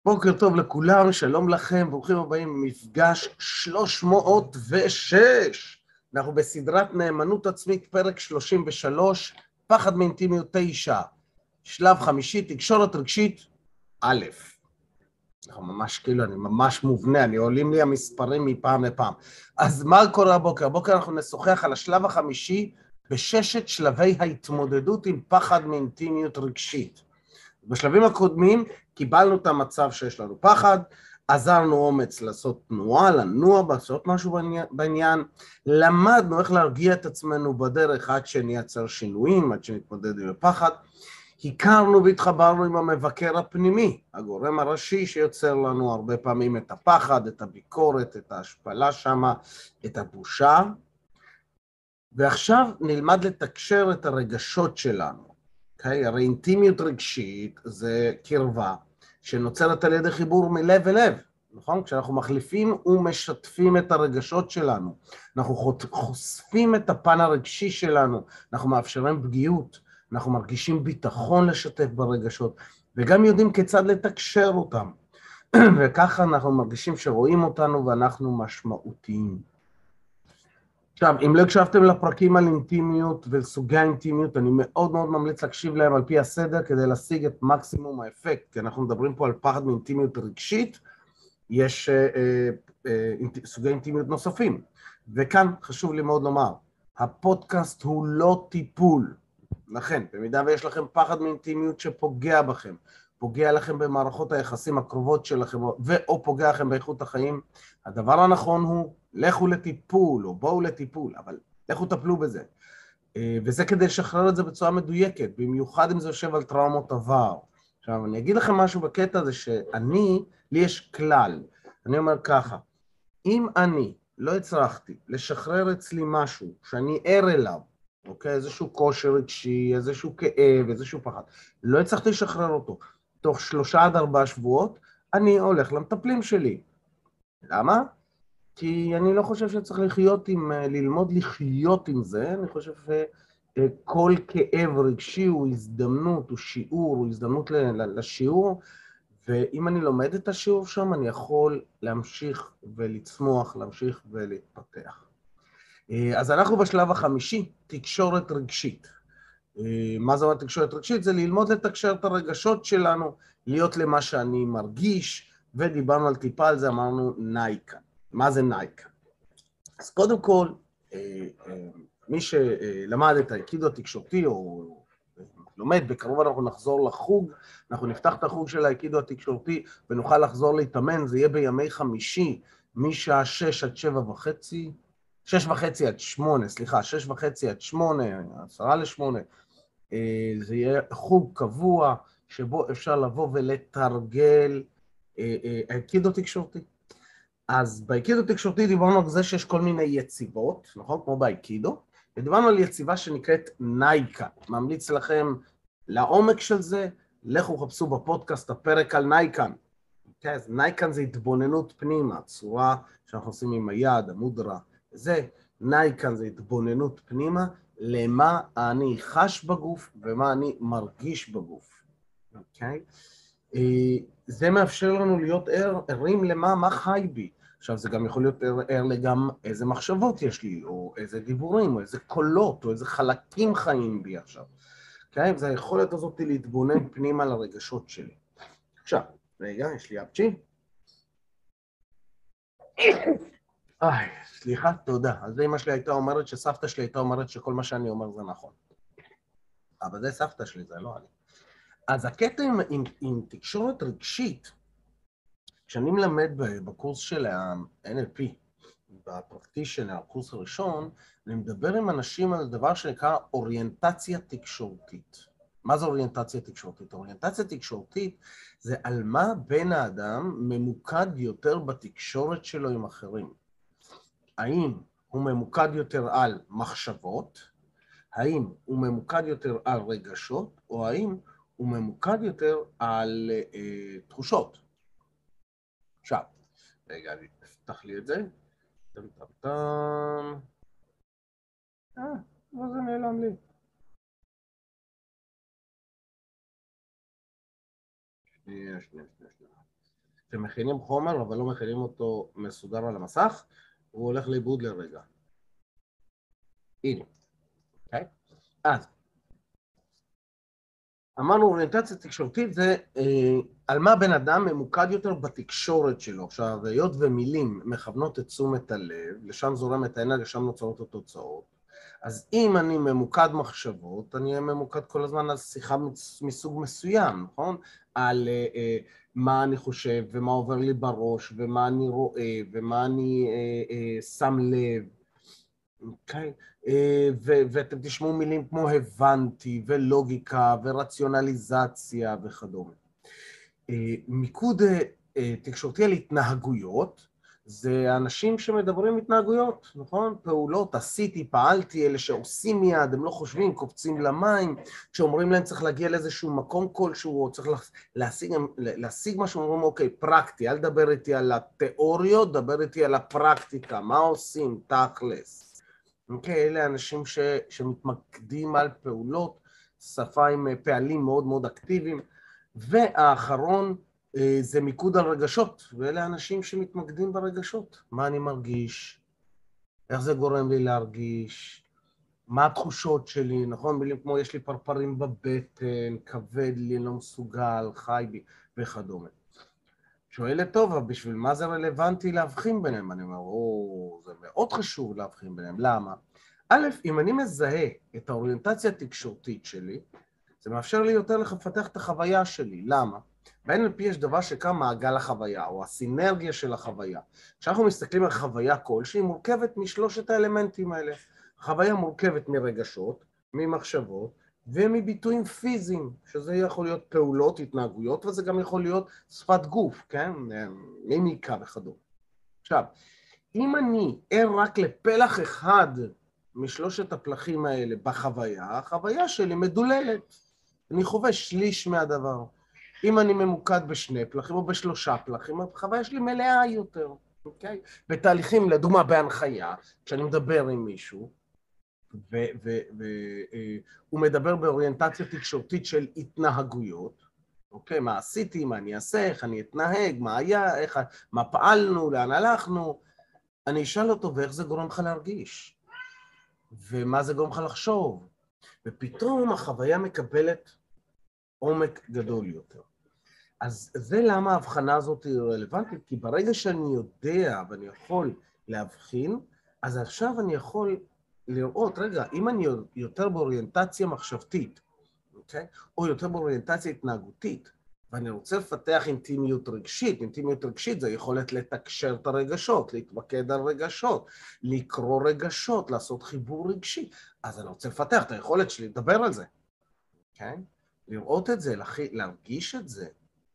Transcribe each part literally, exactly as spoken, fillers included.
בוקר טוב לכולם, שלום לכם, ברוכים הבאים למפגש שלוש מאות ושש. אנחנו בסדרת נאמנות עצמית, פרק שלושים ושלוש, פחד מאינטימיות תשע, שלב חמישי, תקשורת רגשית, א'. אנחנו ממש כאילו, אני ממש מובנה, אני עולים לי המספרים מפעם לפעם. אז מה קורה הבוקר? הבוקר אנחנו נשוחח על השלב החמישי בששת שלבי ההתמודדות עם פחד מאינטימיות רגשית. בשלבים הקודמים קיבלנו את המצב שיש לנו פחד, עזרנו אומץ לעשות תנועה, לנוע, לעשות משהו בעניין, למדנו איך להרגיע את עצמנו בדרך עד שנייצר שינויים, עד שנתמודד עם הפחד, הכרנו והתחברנו עם המבקר הפנימי, הגורם הראשי שיוצר לנו הרבה פעמים את הפחד, את הביקורת, את ההשפלה שמה, את הבושה, ועכשיו נלמד לתקשר את הרגשות שלנו. Okay, הרי אינטימיות רגשית זה קרבה שנוצרת על ידי חיבור מלב אל לב, נכון? כשאנחנו מחליפים ומשתפים את הרגשות שלנו, אנחנו חושפים את הפן הרגשי שלנו, אנחנו מאפשרים פגיעות, אנחנו מרגישים ביטחון לשתף ברגשות, וגם יודעים כיצד לתקשר אותם, וככה אנחנו מרגישים שרואים אותנו ואנחנו משמעותיים. עכשיו, אם לא הקשבתם לפרקים על אינטימיות ולסוגי האינטימיות, אני מאוד מאוד ממליץ להקשיב להם על פי הסדר כדי להשיג את מקסימום האפקט, כי אנחנו מדברים פה על פחד מאינטימיות רגשית, יש אה, אה, אינט, סוגי אינטימיות נוספים. וכאן חשוב לי מאוד לומר, הפודקאסט הוא לא טיפול. לכן, במידה ויש לכם פחד מאינטימיות שפוגע בכם, פוגע לכם במערכות היחסים הקרובות שלכם, ואו פוגע לכם באיכות החיים, הדבר הנכון הוא, לכו לטיפול, או בואו לטיפול, אבל לכו טפלו בזה. וזה כדי לשחרר את זה בצורה מדויקת, במיוחד אם זה יושב על טראומות עבר. עכשיו, אני אגיד לכם משהו בקטע הזה, שאני, לי יש כלל, אני אומר ככה, אם אני לא הצלחתי לשחרר אצלי משהו שאני ער אליו, אוקיי? איזשהו קושי רגשי, איזשהו כאב, איזשהו פחד, לא הצלחתי לשחרר אותו, תוך שלושה עד ארבעה שבועות, אני הולך למטפלים שלי. למה? כי אני לא חושב שצריך לחיות עם, ללמוד לחיות עם זה, אני חושב שכל כאב רגשי הוא הזדמנות, הוא שיעור, הוא הזדמנות לשיעור, ואם אני לומד את השיעור שם, אני יכול להמשיך ולצמוח, להמשיך ולהתפתח. אז אנחנו בשלב החמישי, תקשורת רגשית. מה זה אומר תקשורת רגשית? זה ללמוד לתקשר את הרגשות שלנו, להיות למה שאני מרגיש, ודיברנו על טיפה על זה, אמרנו נייקה. מה זה נייקה? אז קודם כל, מי שלמד את האייקידו התקשורתי, או לומד, בקרוב אנחנו נחזור לחוג, אנחנו נפתח את החוג של האייקידו התקשורתי, ונוכל לחזור להתאמן, זה יהיה בימי חמישי, משעה שש עד שבע וחצי, שש וחצי עד שמונה, סליחה, שש וחצי עד שמונה, עשרה לשמונה, זה יהיה חוג קבוע, שבו אפשר לבוא ולתרגל האייקידו תקשורתי. אז באייקידו תקשורתי דיברנו על זה שיש כל מיני יציבות, נכון? כמו באייקידו, ודיברנו על יציבה שנקראת נייקה. ממליץ לכם לעומק של זה, לכו חפשו בפודקאסט הפרק על נייקן. Okay, אז נייקן זה התבוננות פנימה, צורה שאנחנו עושים עם היד, המודרה. זה, נייקן זה התבוננות פנימה, למה אני חש בגוף ומה אני מרגיש בגוף. אוקיי? Okay? זה מאפשר לנו להיות ער, ערים למה, מה חי בי. עכשיו, זה גם יכול להיות ער לגם איזה מחשבות יש לי, או איזה דיבורים, או איזה קולות, או איזה חלקים חיים בי עכשיו. אוקיי? Okay? זה היכולת הזאת להתבונן פנימה לרגשות שלי. עכשיו, רגע, יש לי אפצ'י. איי, סליחה, תודה. אז אמא שלי הייתה אומרת שסבתא שלי הייתה אומרת שכל מה שאני אומר זה נכון. אבל זה סבתא שלי, זה לא אני. אז הקטע עם, עם, עם תקשורת רגשית, כשאני מלמד בקורס של ה-אן אל פי, בפרקטישן, הקורס הראשון, אני מדבר עם אנשים על דבר שנקרא אוריינטציה תקשורתית. מה זה אוריינטציה תקשורתית? אוריינטציה תקשורתית זה על מה בן האדם ממוקד יותר בתקשורת שלו עם אחרים. האם הוא ממוקד יותר על מחשבות, האם הוא ממוקד יותר על רגשות, או האם הוא ממוקד יותר על אה, תחושות. עכשיו, רגע, אני אפתח לי את זה. טם טם טם. אה, מה זה נעלם לי? שנייה, שנייה, שנייה, שנייה. שמכינים חומר, אבל לא מכינים אותו מסודר על המסך, הוא הולך לאיבוד לרגע. הנה, אוקיי? אז, אמרנו, אוריינטציה תקשורתית זה אה, על מה בן אדם ממוקד יותר בתקשורת שלו. עכשיו, היות ומילים מכוונות את תשומת הלב, לשם זורמת האנרגיה, שם נוצרות התוצאות. אז אם אני ממוקד מחשבות, אני אהיה ממוקד כל הזמן על שיחה מסוג מסוים, נכון? על אה, אה, מה אני חושב, ומה עובר לי בראש, ומה אני רואה, ומה אני אה, אה, שם לב. אוקיי? ואתם תשמעו מילים כמו הבנתי, ולוגיקה, ורציונליזציה וכדומה. מיקוד תקשורתי על התנהגויות, זה אנשים שמדברים התנהגויות, נכון? פעולות, עשיתי, פעלתי, אלה שעושים מיד, הם לא חושבים, קופצים למים, כשאומרים להם צריך להגיע לאיזשהו מקום כלשהו, או צריך להשיג, להשיג משהו, אומרים, אוקיי, פרקטי, אל דבר איתי על התיאוריות, דבר איתי על הפרקטיקה, מה עושים, תכלס. אוקיי, אלה אנשים ש, שמתמקדים על פעולות, שפה עם פעלים מאוד מאוד אקטיביים, והאחרון זה מיקוד על רגשות, ואלה אנשים שמתמקדים ברגשות. מה אני מרגיש? איך זה גורם לי להרגיש? מה התחושות שלי? נכון? מילים כמו יש לי פרפרים בבטן, כבד לי, לא מסוגל, חי בי, וכדומה. שואלת טוב, אבל בשביל מה זה רלוונטי להבחין ביניהם? אני אומר, או, זה מאוד חשוב להבחין ביניהם. למה? א', אם אני מזהה את האוריינטציה התקשורתית שלי, זה מאפשר לי יותר לפתח את החוויה שלי. למה? ב-אן אל פי יש דבר שקם מעגל החוויה, או הסינרגיה של החוויה. כשאנחנו מסתכלים על חוויה כלשהי, היא מורכבת משלושת האלמנטים האלה. החוויה מורכבת מרגשות, ממחשבות, ומביטויים פיזיים, שזה יכול להיות פעולות, התנהגויות, וזה גם יכול להיות שפת גוף, כן? מימיקה וכדומה. עכשיו, אם אני ער רק לפלח אחד משלושת הפלחים האלה בחוויה, החוויה שלי מדוללת. אני חווה שליש מהדבר. אם אני ממוקד בשני פלחים או בשלושה פלחים, החוויה שלי מלאה יותר, אוקיי? בתהליכים, לדוגמה, בהנחיה, כשאני מדבר עם מישהו, והוא מדבר באוריינטציה תקשורתית של התנהגויות, אוקיי? מה עשיתי, מה אני אעשה, איך אני אתנהג, מה היה, איך, מה פעלנו, לאן הלכנו, אני אשאל אותו, ואיך זה גורם לך להרגיש? ומה זה גורם לך לחשוב? ופתאום החוויה מקבלת עומק גדול יותר. אז זה למה ההבחנה הזאת היא רלוונטית, כי ברגע שאני יודע ואני יכול להבחין, אז עכשיו אני יכול לראות, רגע, אם אני יותר באוריינטציה מחשבתית, אוקיי? או יותר באוריינטציה התנהגותית, ואני רוצה לפתח אינטימיות רגשית, אינטימיות רגשית זה יכולת לתקשר את הרגשות, להתמקד על רגשות, לקרוא רגשות, לעשות חיבור רגשי, אז אני רוצה לפתח את היכולת שלי לדבר על זה, אוקיי? לראות את זה, להרגיש את זה.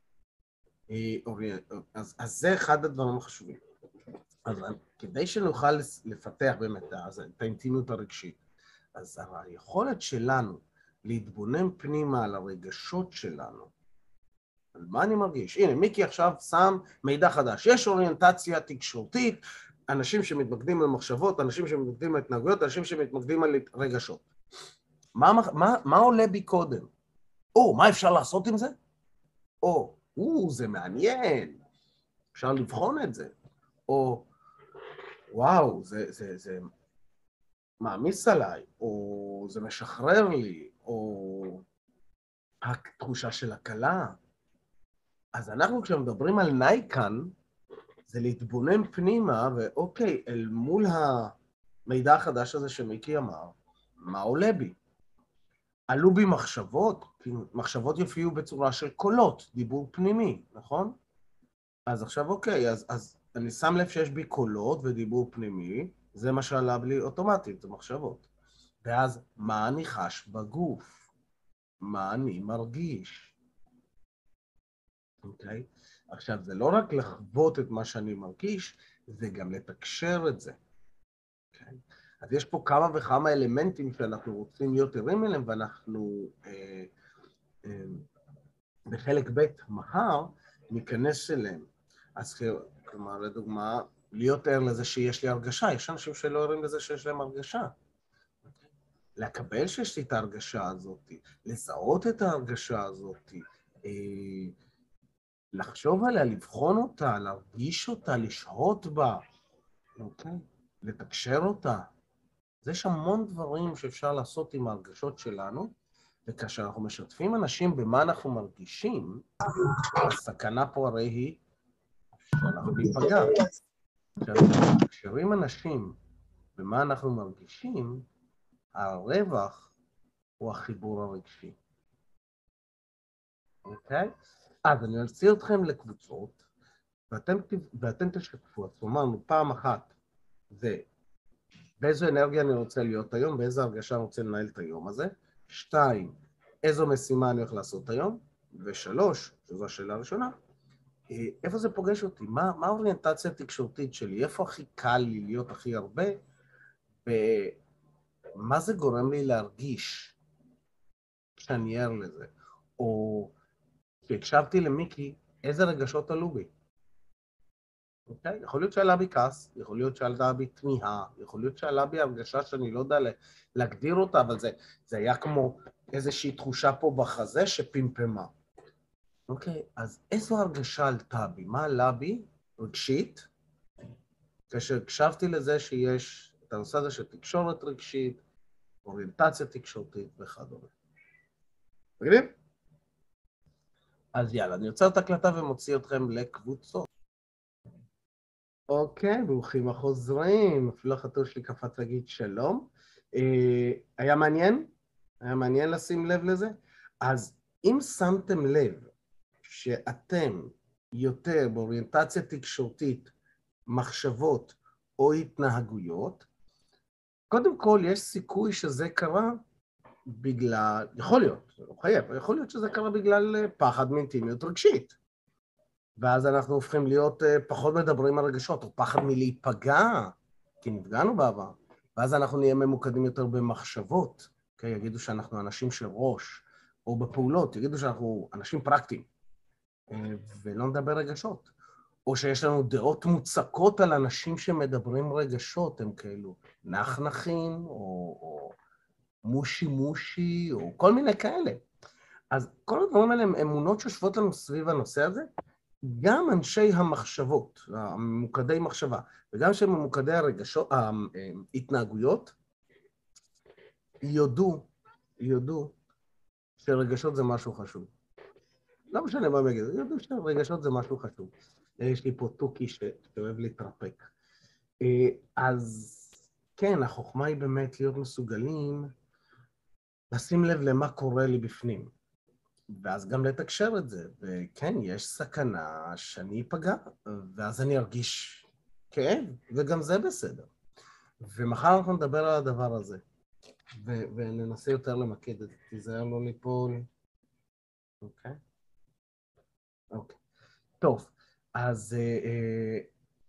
אז, אז זה אחד הדברים החשובים. אז כדי שנוכל לפתח באמת את האינטימיות הרגשית, אז היכולת שלנו להתבונן פנימה על הרגשות שלנו, על מה אני מרגיש? הנה, מיקי עכשיו שם מידע חדש. יש אוריינטציה תקשורתית, אנשים שמתמקדים על מחשבות, אנשים שמתמקדים על התנהגויות, אנשים שמתמקדים על רגשות. מה, מה, מה עולה בי קודם? או, מה אפשר לעשות עם זה? או, או, זה מעניין, אפשר לבחון את זה. או, וואו, זה, זה, זה מעמיס עליי, או זה משחרר לי, או התחושה של הקלה. אז אנחנו כשמדברים על נייקן, זה להתבונן פנימה, ואוקיי, אל מול המידע החדש הזה שמיקי אמר, מה עולה בי? עלו בי מחשבות, מחשבות יופיעו בצורה של קולות, דיבור פנימי, נכון? אז עכשיו אוקיי, אז, אז אני שם לב שיש בי קולות ודיבור פנימי, זה מה שעלה לי אוטומטית, זה מחשבות. ואז מה אני חש בגוף? מה אני מרגיש? אוקיי? עכשיו, זה לא רק לחוות את מה שאני מרגיש, זה גם לתקשר את זה. אוקיי? אז יש פה כמה וכמה אלמנטים שאנחנו רוצים להיות ערים אליהם, ואנחנו אה, אה, בחלק ב' מחר ניכנס אליהם. אז כלומר, לדוגמה, להיות ער לזה שיש לי הרגשה, יש אנשים שלא ערים לזה שיש להם הרגשה. לקבל שיש לי את ההרגשה הזאת, לזהות את ההרגשה הזאת, לחשוב עליה, לבחון אותה, להרגיש אותה, לשהות בה, אוקיי? לתקשר אותה. אז יש המון דברים שאפשר לעשות עם ההרגשות שלנו, וכאשר אנחנו משתפים אנשים במה אנחנו מרגישים, הסכנה פה הרי היא שאנחנו ניפגע. כשאנחנו מתקשרים אנשים במה אנחנו מרגישים, הרווח הוא החיבור הרגשי. אוקיי? אז אני אוציא אתכם לקבוצות, ואתם, ואתם תשתפו. אז אמרנו, פעם אחת זה באיזו אנרגיה אני רוצה להיות היום, באיזו הרגשה אני רוצה לנהל את היום הזה. שתיים, איזו משימה אני הולך לעשות היום. ושלוש, שזו השאלה הראשונה, איפה זה פוגש אותי? מה, מה האוריינטציה התקשורתית שלי? איפה הכי קל לי להיות הכי הרבה? ומה זה גורם לי להרגיש כשאני ער לזה? או כשהקשבתי למיקי, איזה רגשות עלו בי? אוקיי? יכול להיות שעלה בי כעס, יכול להיות שעלה בי תמיהה, יכול להיות שעלה בי הרגשה שאני לא יודע להגדיר אותה, אבל זה, זה היה כמו איזושהי תחושה פה בחזה שפמפמה. אוקיי, אז איזו הרגשה עלתה בי? מה עלה בי רגשית? כאשר הקשבתי לזה שיש את הנושא הזה של תקשורת רגשית, אוריינטציה תקשורתית וכדומה. מגניב? אז יאללה, אני יוצר את ההקלטה ומוציא אתכם לקבוצות. אוקיי, ברוכים החוזרים. אפילו החתול שלי קפץ להגיד שלום. אה, היה מעניין? היה מעניין לשים לב לזה? אז אם שמתם לב שאתם יותר באוריינטציה תקשורתית, מחשבות או התנהגויות, קודם כל יש סיכוי שזה קרה בגלל, יכול להיות, זה לא חייב, יכול להיות שזה קרה בגלל פחד מאינטימיות רגשית. ואז אנחנו הופכים להיות פחות מדברים על רגשות, או פחד מלהיפגע, כי נפגענו בעבר. ואז אנחנו נהיה ממוקדים יותר במחשבות, כי יגידו שאנחנו אנשים של ראש, או בפעולות, יגידו שאנחנו אנשים פרקטיים, ולא נדבר רגשות. או שיש לנו דעות מוצקות על אנשים שמדברים רגשות, הם כאלו נחנחים, או, או מושי מושי, או כל מיני כאלה. אז כל הדברים האלה הם אמונות שיושבות לנו סביב הנושא הזה, גם אנשי המחשבות, הממוקדי מחשבה, וגם שהם ממוקדי הרגשות, ההתנהגויות, יודו, יודו שרגשות זה משהו חשוב. לא משנה מה מגיד, יודו שרגשות זה משהו חשוב. יש לי פה טוקי שאוהב להתרפק. אז כן, החוכמה היא באמת להיות מסוגלים לשים לב למה קורה לי בפנים. ואז גם לתקשר את זה, וכן, יש סכנה שאני אפגע, ואז אני ארגיש כאב, וגם זה בסדר. ומחר אנחנו נדבר על הדבר הזה, ו- וננסה יותר למקד את זה, תיזהר לא ליפול. אוקיי? אוקיי. טוב, אז אה,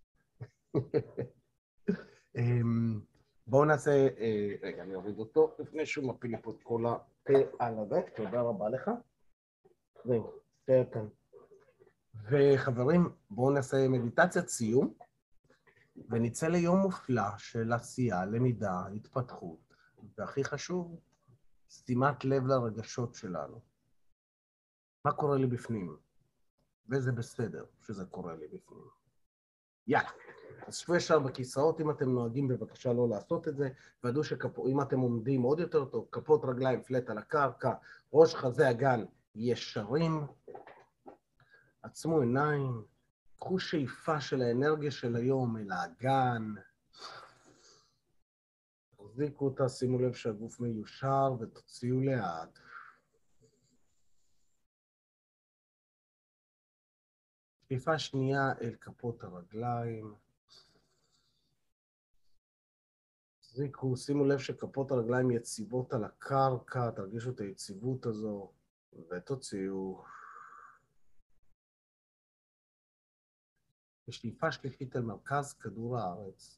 אה, בואו נעשה, אה, רגע, אני אוריד אותו, לפני שהוא מפיל לי פה את כל הפה על הדק, תודה רבה לך. זהו, תהיה כאן. וחברים, בואו נעשה מדיטציית סיום, ונצא ליום מופלא של עשייה, למידה, התפתחות, והכי חשוב, שימת לב לרגשות שלנו. מה קורה לי בפנים? וזה בסדר שזה קורה לי בפנים. יאללה, אז שבו ישר בכיסאות, אם אתם נוהגים בבקשה לא לעשות את זה, ועדו שאם אתם עומדים עוד יותר טוב, כפות רגליים פלט על הקרקע, ראש חזה אגן ישרים, עצמו עיניים, קחו שאיפה של האנרגיה של היום אל האגן, תחזיקו אותה, שימו לב שהגוף מיושר ותוציאו לאט. שאיפה שנייה אל כפות הרגליים. תחזיקו, שימו לב שכפות הרגליים יציבות על הקרקע, תרגישו את היציבות הזו ותוציאו. בשאיפה שלישית אל מרכז כדור הארץ.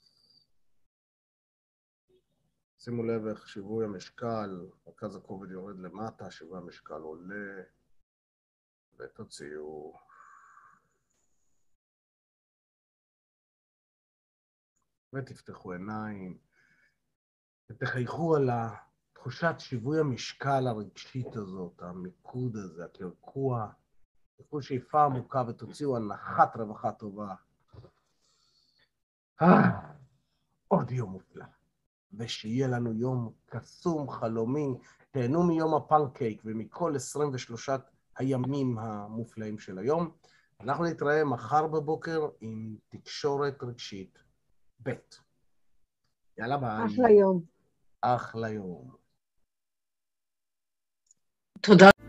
שימו לב איך שיווי המשקל, מרכז הכובד יורד למטה, שיווי המשקל עולה, ותוציאו. ותפתחו עיניים, ותחייכו על תחושת שיווי המשקל הרגשית הזאת, המיקוד הזה, הקרקוע, תקחו שאיפה עמוקה ותוציאו הנחת רווחה טובה. עוד יום מופלא. ושיהיה לנו יום קסום, חלומי, תהנו מיום הפנקייק ומכל עשרים ושלושה הימים המופלאים של היום. אנחנו נתראה מחר בבוקר עם תקשורת רגשית ב'. יאללה ביי. אחלה יום. אחלה יום. תודה.